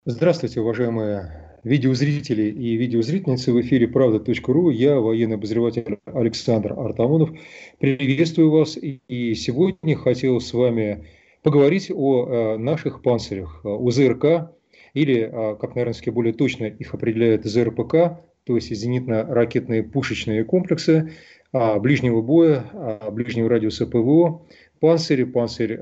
Здравствуйте, уважаемые видеозрители и видеозрительницы. В эфире «Правда.ру». Я, военный обозреватель Александр Артамонов. Приветствую вас. И сегодня хотел с вами поговорить о наших панцирях, о ЗРК, или, как, наверное, все более точно их определяют, ЗРПК, то есть зенитно-ракетные пушечные комплексы ближнего боя, ближнего радиуса ПВО, панцирь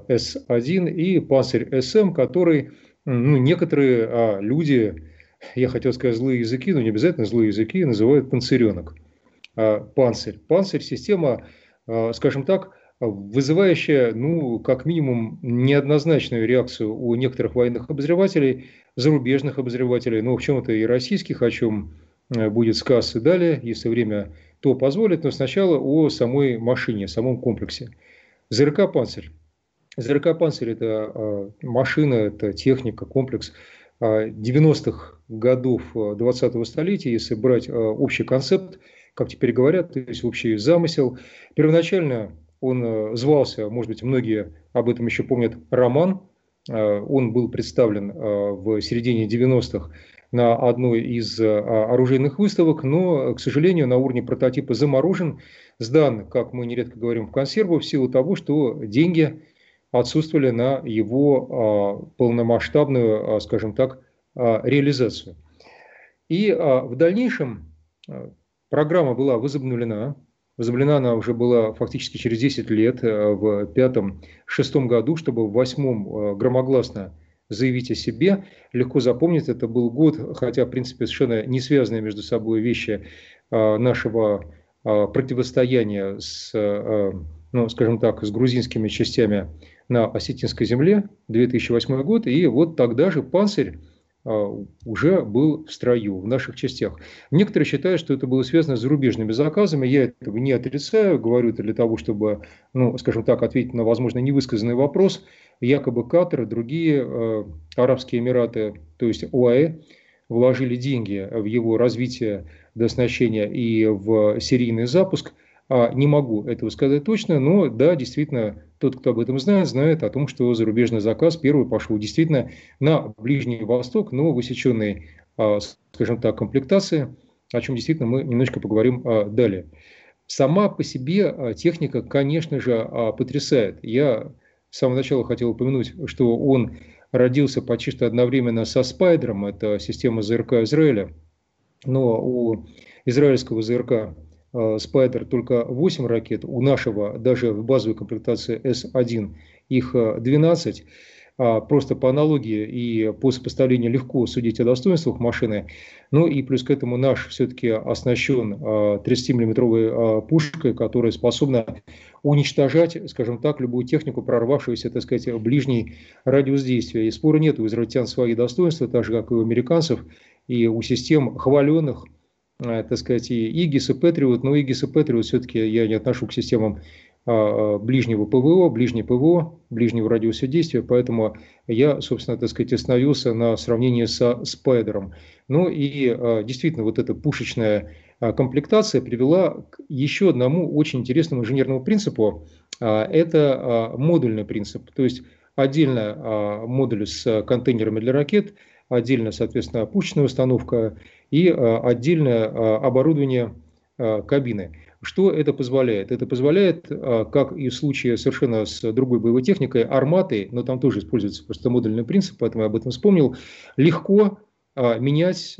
С-1 и панцирь СМ, который некоторые люди, я хотел сказать злые языки, но не обязательно злые языки, называют панциренок. Панцирь. Панцирь – система, скажем так, вызывающая, ну, как минимум, неоднозначную реакцию у некоторых военных обозревателей, зарубежных обозревателей, ну, в чем-то и российских, о чем будет сказ и далее, если время то позволит, но сначала о самой машине, самом комплексе. ЗРК «Панцирь». ЗРК «Панцирь» – это машина, это техника, комплекс 90-х годов 20-го столетия, если брать общий концепт, как теперь говорят, то есть общий замысел. Первоначально он звался, может быть, многие об этом еще помнят, «Роман». Он был представлен в середине 90-х на одной из оружейных выставок, но, к сожалению, на уровне прототипа заморожен, сдан, как мы нередко говорим, в консерву в силу того, что деньги отсутствовали на его полномасштабную, скажем так, реализацию. И в дальнейшем программа была возобновлена. Возобновлена она уже была фактически через 10 лет, в пятом-шестом году, чтобы в восьмом громогласно заявить о себе. Легко запомнить, это был год, хотя, в принципе, совершенно не связанные между собой вещи нашего противостояния с, ну, скажем так, с грузинскими частями на Осетинской земле, 2008 год, и вот тогда же «Панцирь» уже был в строю в наших частях. Некоторые считают, что это было связано с зарубежными заказами. Я этого не отрицаю, говорю это для того, чтобы, ну, скажем так, ответить на, возможно, невысказанный вопрос. Якобы Катар и другие Арабские Эмираты, то есть ОАЭ, вложили деньги в его развитие до оснащения и в серийный запуск. Не могу этого сказать точно, но да, действительно, тот, кто об этом знает, знает о том, что зарубежный заказ первый пошел действительно на Ближний Восток, но в усеченной, скажем так, комплектации, о чем действительно мы немножко поговорим далее. Сама по себе техника, конечно же, потрясает. Я с самого начала хотел упомянуть, что он родился почти что одновременно со «Спайдером», это система ЗРК Израиля, но у израильского ЗРК «Спайдер» только 8 ракет, у нашего даже в базовой комплектации С-1 их 12. Просто по аналогии и по сопоставлению легко судить о достоинствах машины. Ну и плюс к этому наш все-таки оснащен 30-миллиметровой пушкой, которая способна уничтожать, скажем так, любую технику, прорвавшуюся, так сказать, в ближний радиус действия. И спора нет, у израильтян свои достоинства, так же, как и у американцев, и у систем хваленных, так сказать, и Игис, и Патриот. Но Игис и Патриот все-таки я не отношу к системам ближнего ПВО, ближнего радиуса действия, поэтому я, собственно, так сказать, остановился на сравнении со «Спайдером». Ну и действительно, вот эта пушечная комплектация привела к еще одному очень интересному инженерному принципу. Это модульный принцип, то есть отдельно модуль с контейнерами для ракет, отдельно, соответственно, пушечная установка и отдельное оборудование кабины. Что это позволяет? Это позволяет, как и в случае совершенно с другой боевой техникой, арматы, но там тоже используется просто модульный принцип, поэтому я об этом вспомнил, легко менять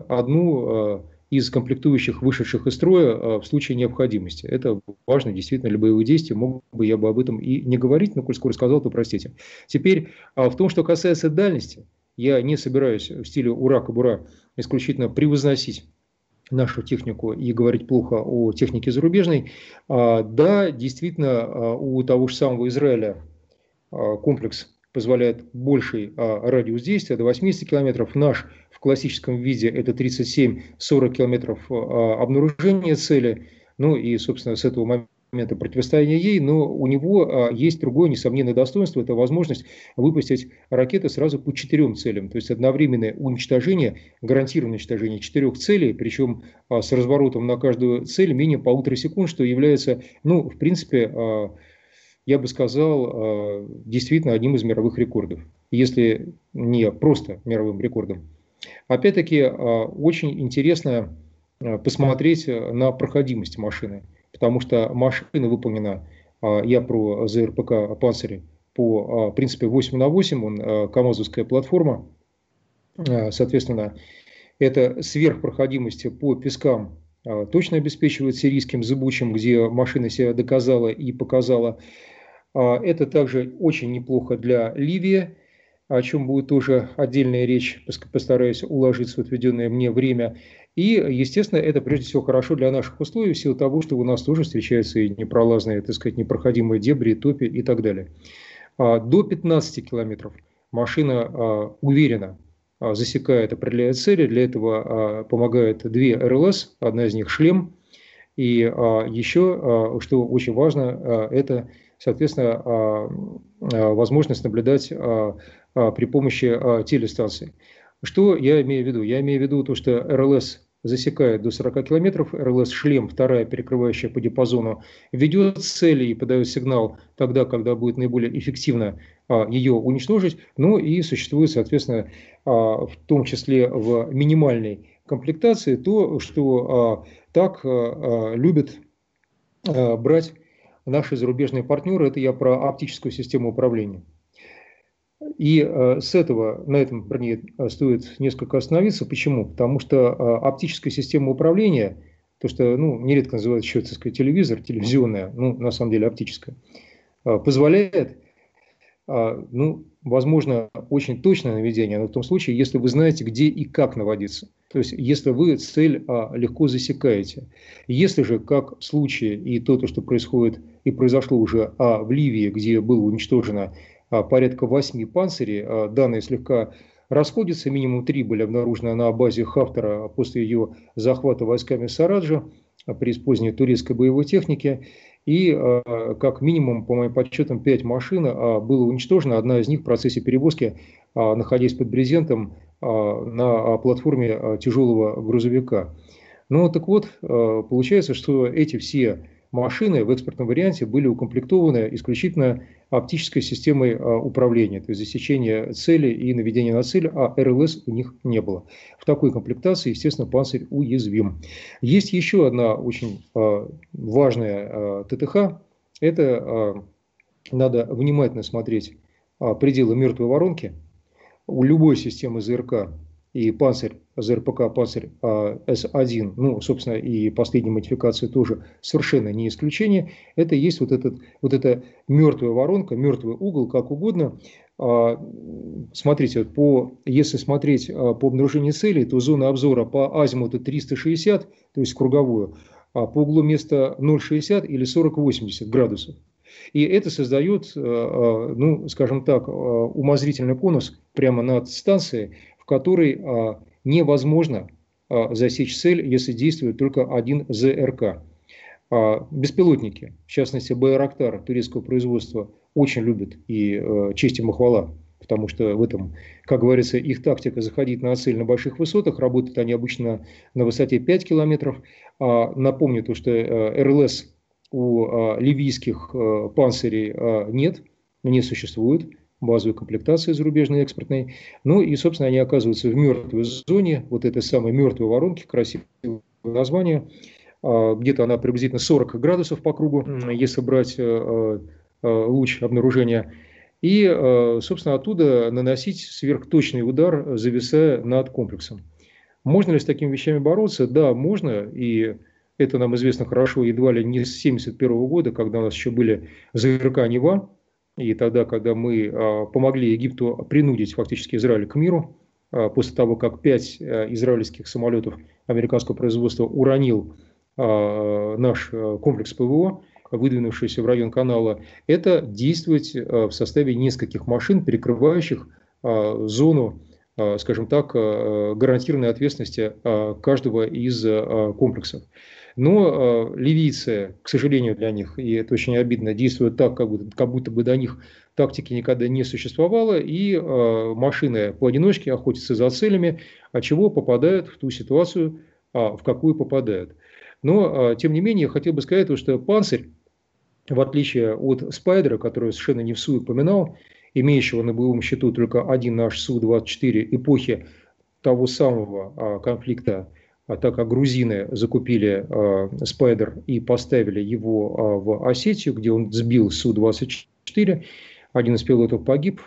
одну из комплектующих, вышедших из строя в случае необходимости. Это важно действительно для боевых действий. Мог бы я бы об этом и не говорить, но коль скоро сказал, то простите. Теперь в том, что касается дальности, я не собираюсь в стиле «ура-кобура» исключительно превозносить нашу технику и говорить плохо о технике зарубежной. Да, действительно, у того же самого Израиля комплекс позволяет больший радиус действия, до 80 километров. Наш в классическом виде это 37-40 километров обнаружения цели. Ну и, собственно, с этого момента противостояния ей, но у него есть другое несомненное достоинство, это возможность выпустить ракеты сразу по 4 целям, то есть одновременное уничтожение, гарантированное уничтожение 4 целей, причем с разворотом на каждую цель менее 1,5 секунд, что является, ну, в принципе, я бы сказал, действительно одним из мировых рекордов. если не просто мировым рекордом. Опять-таки, очень интересно посмотреть на проходимость машины, потому что машина выполнена, я про ЗРПК «Панцирь», по принципе 8 на 8, он КАМАЗовская платформа, соответственно, это сверхпроходимость по пескам точно обеспечивает сирийским зыбучим, где машина себя доказала и показала. Это также очень неплохо для Ливии, о чем будет тоже отдельная речь, постараюсь уложиться в отведенное мне время. И, естественно, это прежде всего хорошо для наших условий, в силу того, что у нас тоже встречаются и непролазные, так сказать, непроходимые дебри, топи и так далее. До 15 километров машина уверенно засекает, определяет цели. Для этого помогает две РЛС, одна из них шлем. И еще, что очень важно, это, соответственно, возможность наблюдать при помощи телестанции. Что я имею в виду? Я имею в виду то, что РЛС засекает до 40 километров, РЛС-шлем, вторая, перекрывающая по диапазону, ведет цели и подает сигнал тогда, когда будет наиболее эффективно ее уничтожить. Ну и существует, соответственно, в том числе в минимальной комплектации то, что так любят брать наши зарубежные партнеры. Это я про оптическую систему управления. И на этом, вернее, стоит несколько остановиться. Почему? Потому что оптическая система управления, то, что нередко называют еще, так сказать, телевизор, телевизионная, на самом деле оптическая, позволяет, возможно, очень точное наведение, но в том случае, если вы знаете, где и как наводиться. То есть, если вы цель легко засекаете. Если же, как в случае, и то, что происходит и произошло уже в Ливии, где было уничтожено порядка 8 панцирей, данные слегка расходятся, минимум 3 были обнаружены на базе Хафтара после ее захвата войсками Сараджа при использовании турецкой боевой техники. И как минимум, по моим подсчетам, 5 машин было уничтожено. Одна из них в процессе перевозки, находясь под брезентом на платформе тяжелого грузовика. Так вот, получается, что эти все машины в экспортном варианте были укомплектованы исключительно оптической системой управления, то есть засечения цели и наведения на цель, а РЛС у них не было. В такой комплектации, естественно, «Панцирь» уязвим. Есть еще одна очень важная ТТХ. Это надо внимательно смотреть пределы мертвой воронки. У любой системы ЗРК и «Панцирь», ЗРПК «Панцирь» С1, собственно, и последней модификации тоже совершенно не исключение. Это есть вот эта мертвая воронка, мертвый угол, как угодно. Смотрите, если смотреть по обнаружению целей, то зона обзора по азимуту 360, то есть круговую, по углу места 0,60 или 40-80 градусов. И это создает, скажем так, умозрительный конус прямо над станцией, в которой невозможно засечь цель, если действует только один ЗРК. Беспилотники, в частности Байрактар турецкого производства, очень любят, и честь им и хвала, потому что в этом, как говорится, их тактика заходить на цель на больших высотах. Работают они обычно на высоте 5 километров. Напомню, то, что РЛС у ливийских панцирей нет, не существует базовой комплектации зарубежной экспортной. И, собственно, они оказываются в мертвой зоне, вот этой самой мертвой воронки, красивое название. Где-то она приблизительно 40 градусов по кругу, если брать луч обнаружения. И, собственно, оттуда наносить сверхточный удар, зависая над комплексом. Можно ли с такими вещами бороться? Да, можно. И это нам известно хорошо едва ли не с 1971 года, когда у нас еще были ЗРК «Нева». И тогда, когда мы помогли Египту принудить фактически Израиль к миру, после того, как 5 израильских самолетов американского производства уронил наш комплекс ПВО, выдвинувшийся в район канала, это действовать в составе нескольких машин, перекрывающих зону, скажем так, гарантированной ответственности каждого из комплексов. Но ливийцы, к сожалению для них, и это очень обидно, действуют так, как будто бы до них тактики никогда не существовало, и машины поодиночке охотятся за целями, отчего попадают в ту ситуацию, в какую попадают. Но, тем не менее, я хотел бы сказать, что «Панцирь», в отличие от «Спайдера», который совершенно не всуе упоминал, имеющего на боевом счету только один наш Су-24 эпохи того самого конфликта, так как грузины закупили «Спайдер» и поставили его в Осетию, где он сбил Су-24. Один из пилотов погиб,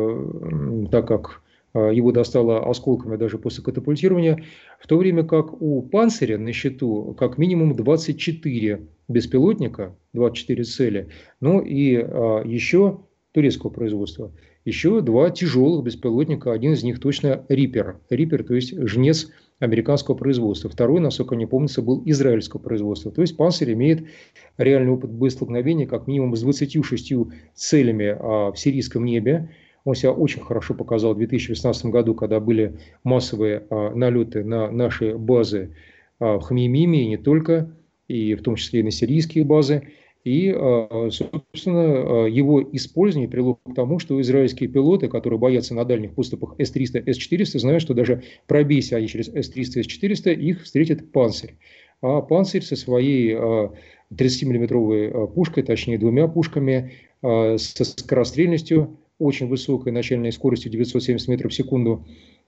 так как его достало осколками даже после катапультирования, в то время как у «Панциря» на счету как минимум 24 беспилотника, 24 цели, ну и еще турецкого производства, еще два тяжелых беспилотника, один из них точно «Риппер». «Риппер», то есть жнец американского производства. Второй, насколько мне помнится, был израильского производства. То есть «Панцирь» имеет реальный опыт боестолкновения как минимум с 26 целями в сирийском небе. Он себя очень хорошо показал в 2018 году, когда были массовые налеты на наши базы в Хмеймиме, и не только, и в том числе и на сирийские базы. И, собственно, его использование привело к тому, что израильские пилоты, которые боятся на дальних подступах С-300, С-400, знают, что даже пробейся они через С-300, С-400, их встретит «Панцирь». А «Панцирь» со своей 30-миллиметровой пушкой, точнее двумя пушками, со скорострельностью очень высокой, начальной скоростью 970 метров в секунду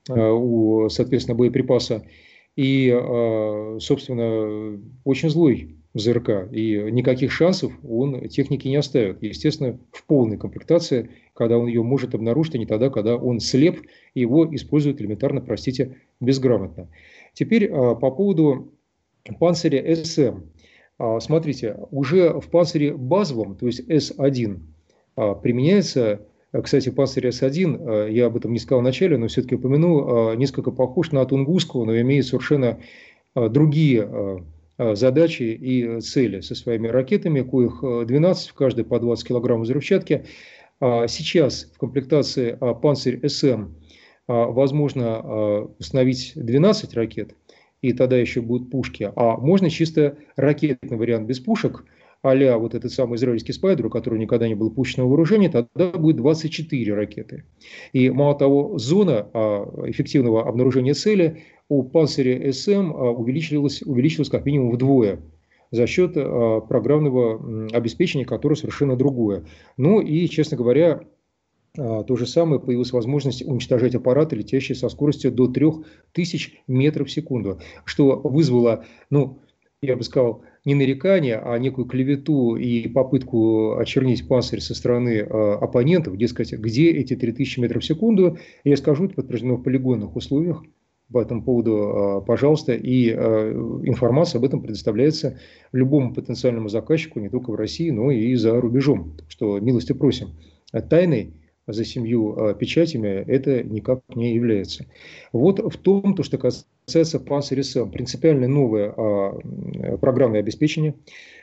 у, соответственно, боеприпаса. И, собственно, очень злой ЗРК. И никаких шансов он технике не оставит. Естественно, в полной комплектации, когда он ее может обнаружить, а не тогда, когда он слеп, и его используют элементарно, простите, безграмотно. Теперь по поводу «Панциря СМ». Смотрите, уже в «Панцире» базовом, то есть С1, применяется... Кстати, «Панцирь С1», я об этом не сказал в начале, но все-таки упомяну, несколько похож на Тунгусского, но имеет совершенно другие задачи и цели со своими ракетами, коих 12, в каждой по 20 килограмм взрывчатки. Сейчас в комплектации «Панцирь СМ» возможно установить 12 ракет, и тогда еще будут пушки, а можно чисто ракетный вариант без пушек, а-ля вот этот самый израильский «Спайдер», у которого никогда не было пушечного вооружения, тогда будет 24 ракеты. И мало того, зона эффективного обнаружения цели у «Панциря СМ» увеличилась как минимум вдвое за счет программного обеспечения, которое совершенно другое. Ну и, честно говоря, то же самое появилась возможность уничтожать аппараты, летящие со скоростью до 3000 метров в секунду, что вызвало, ну, я бы сказал, не нарекание, а некую клевету и попытку очернить «Панцирь» со стороны оппонентов, дескать, где эти 3000 метров в секунду, я скажу, это подтверждено в полигонных условиях. По этому поводу, пожалуйста, и информация об этом предоставляется любому потенциальному заказчику, не только в России, но и за рубежом. Так что милости просим. Тайной за 7 печатями это никак не является. Вот в том, что касается «Панциря СМ», принципиально новое программное обеспечение,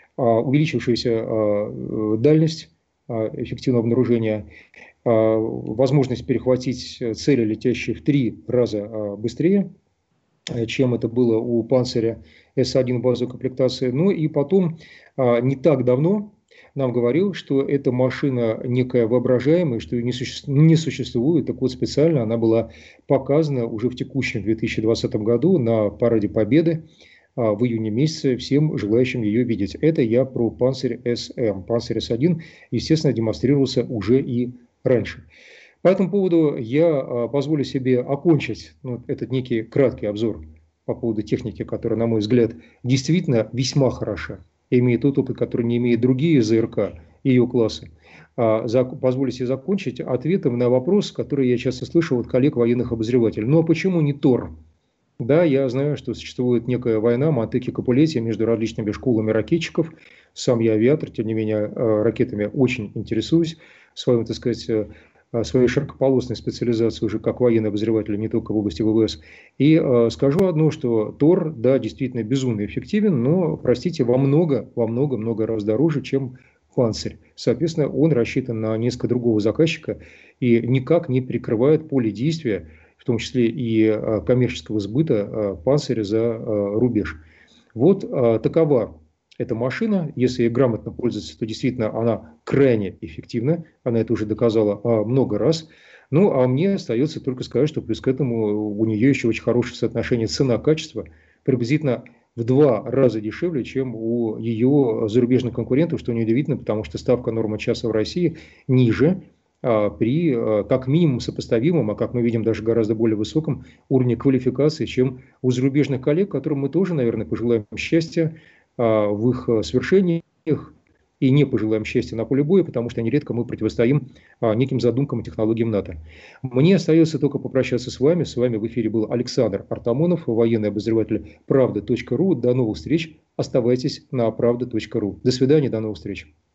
увеличившаяся дальность эффективного обнаружения, возможность перехватить цели, летящие в 3 раза быстрее, чем это было у «Панциря С1» базовой комплектации. Ну и потом, не так давно нам говорил, что эта машина некая воображаемая, что ее не существует. Так вот, специально она была показана уже в текущем 2020 году на Параде Победы в июне месяце всем желающим ее видеть. Это я про «Панцирь СМ». «Панцирь С1», естественно, демонстрировался уже и раньше. По этому поводу я позволю себе окончить этот некий краткий обзор по поводу техники, которая, на мой взгляд, действительно весьма хороша, имеет тот опыт, который не имеют другие ЗРК и ее классы. Позволю себе закончить ответом на вопрос, который я часто слышал от коллег военных обозревателей. Ну а почему не ТОР? Да, я знаю, что существует некая война, Мотыки Капулетти между различными школами ракетчиков. Сам я авиатор, тем не менее, ракетами очень интересуюсь. Своим, так сказать, своей широкополосной специализацией уже как военный обозреватель, не только в области ВВС. И скажу одно, что ТОР, да, действительно безумно эффективен, но, простите, во много раз дороже, чем «Панцирь». Соответственно, он рассчитан на несколько другого заказчика и никак не перекрывает поле действия, в том числе и коммерческого сбыта «Панциря» за рубеж. Вот такова эта машина. Если ей грамотно пользоваться, то действительно она крайне эффективна. Она это уже доказала много раз. Ну, а мне остается только сказать, что плюс к этому у нее еще очень хорошее соотношение цена-качество, приблизительно в 2 раза дешевле, чем у ее зарубежных конкурентов, что неудивительно, потому что ставка нормы часа в России ниже, при как минимум сопоставимом, а как мы видим, даже гораздо более высоком уровне квалификации, чем у зарубежных коллег, которым мы тоже, наверное, пожелаем счастья в их свершениях и не пожелаем счастья на поле боя, потому что нередко мы противостоим неким задумкам и технологиям НАТО. Мне остается только попрощаться с вами. С вами в эфире был Александр Артамонов, военный обозреватель правды.ру. До новых встреч. Оставайтесь на правда.ру. До свидания, до новых встреч.